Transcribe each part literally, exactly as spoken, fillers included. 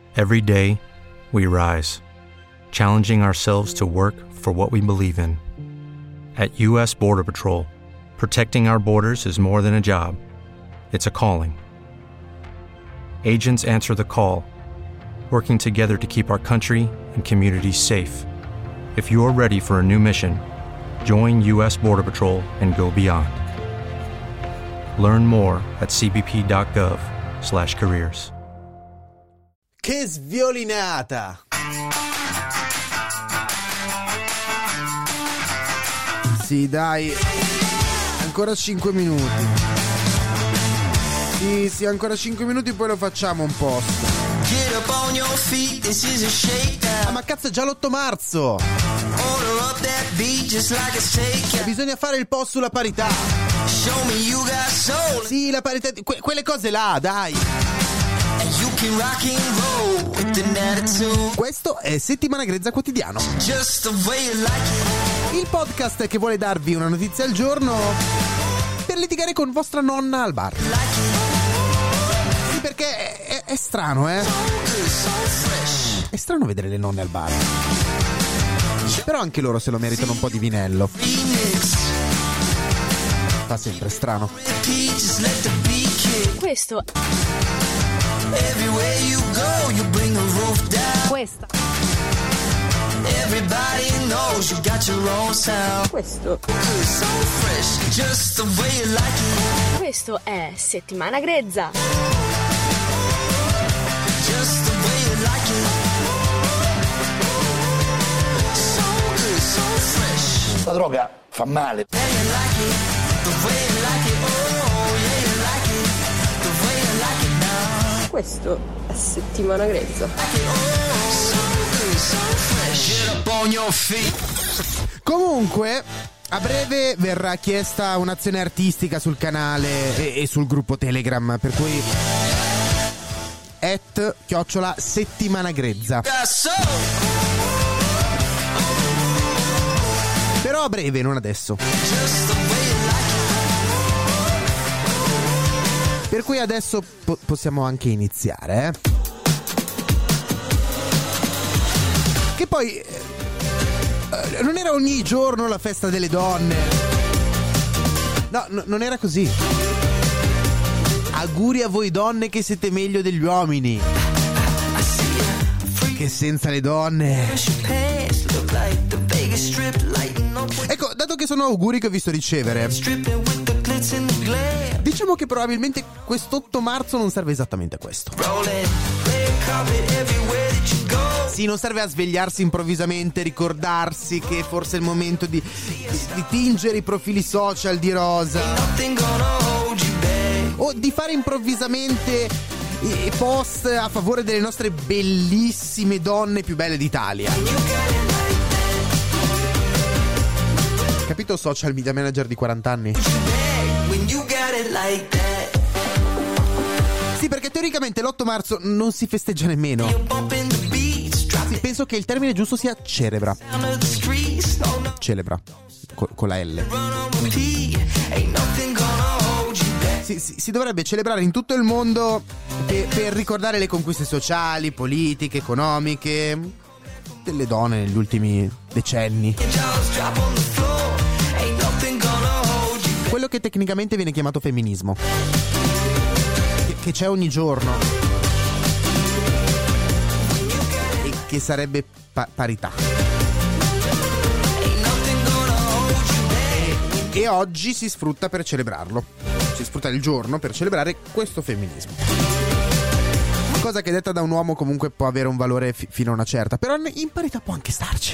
Every day, we rise, challenging ourselves to work for what we believe in. At U S Border Patrol, protecting our borders is more than a job. It's a calling. Agents answer the call, working together to keep our country and communities safe. If you're ready for a new mission, join U S Border Patrol and go beyond. Learn more at cbp.gov slash careers. Che sviolinata! Sì, dai, ancora cinque minuti. Sì, sì, ancora cinque minuti, poi lo facciamo un posto. Ah, ma cazzo, è già l'otto marzo! E bisogna fare il post sulla parità. Sì, la parità, que- quelle cose là, dai. Questo è Settimana Grezza Quotidiano, il podcast che vuole darvi una notizia al giorno per litigare con vostra nonna al bar. Sì, perché è, è, è strano, eh È strano vedere le nonne al bar, però anche loro se lo meritano un po' di vinello. Fa sempre strano. Questo Everywhere you go, you bring the roof down. Questa Everybody knows you got your own sound. Questo So fresh, just the way you like it. Questo è Settimana Grezza. Just the way you like it. So good, so fresh. La droga fa male. Yeah, you like it. The way you like it. Oh, yeah, you like it. The way you like it now. Questo è Settimana Grezza. Like it. Oh, so good, so fresh. Get up on your feet. Comunque, a breve verrà chiesta un'azione artistica sul canale e, e sul gruppo Telegram, per cui at chiocciola Settimana Grezza. Got so. Però a breve, non adesso. Just the way you like it. Per cui adesso po- possiamo anche iniziare, eh? Che poi eh, eh, non era ogni giorno la festa delle donne. No, no, non era così. Auguri a voi donne che siete meglio degli uomini, che senza le donne. Ecco, dato che sono auguri che ho visto ricevere, diciamo che probabilmente quest'otto marzo non serve esattamente a questo. Sì, non serve a svegliarsi improvvisamente, ricordarsi che forse è il momento di, di, di tingere i profili social di rosa, o di fare improvvisamente i post a favore delle nostre bellissime donne più belle d'Italia. Capito, social media manager di quaranta anni? Sì, perché teoricamente l'otto marzo non si festeggia nemmeno. Sì, penso che il termine giusto sia celebra. Celebra co- con la L. Si, si, si dovrebbe celebrare in tutto il mondo per, per ricordare le conquiste sociali, politiche, economiche delle donne negli ultimi decenni. Quello che tecnicamente viene chiamato femminismo, che, che c'è ogni giorno e che sarebbe pa- parità. E, e oggi si sfrutta per celebrarlo. Si sfrutta il giorno per celebrare questo femminismo. Cosa che detta da un uomo comunque può avere un valore fi- fino a una certa, però in parità può anche starci.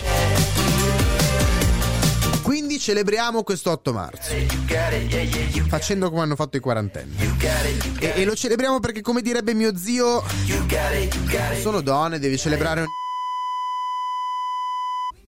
Quindi celebriamo questo otto marzo, facendo come hanno fatto i quarantenni. E, e lo celebriamo perché, come direbbe mio zio, sono donne, devi celebrare un...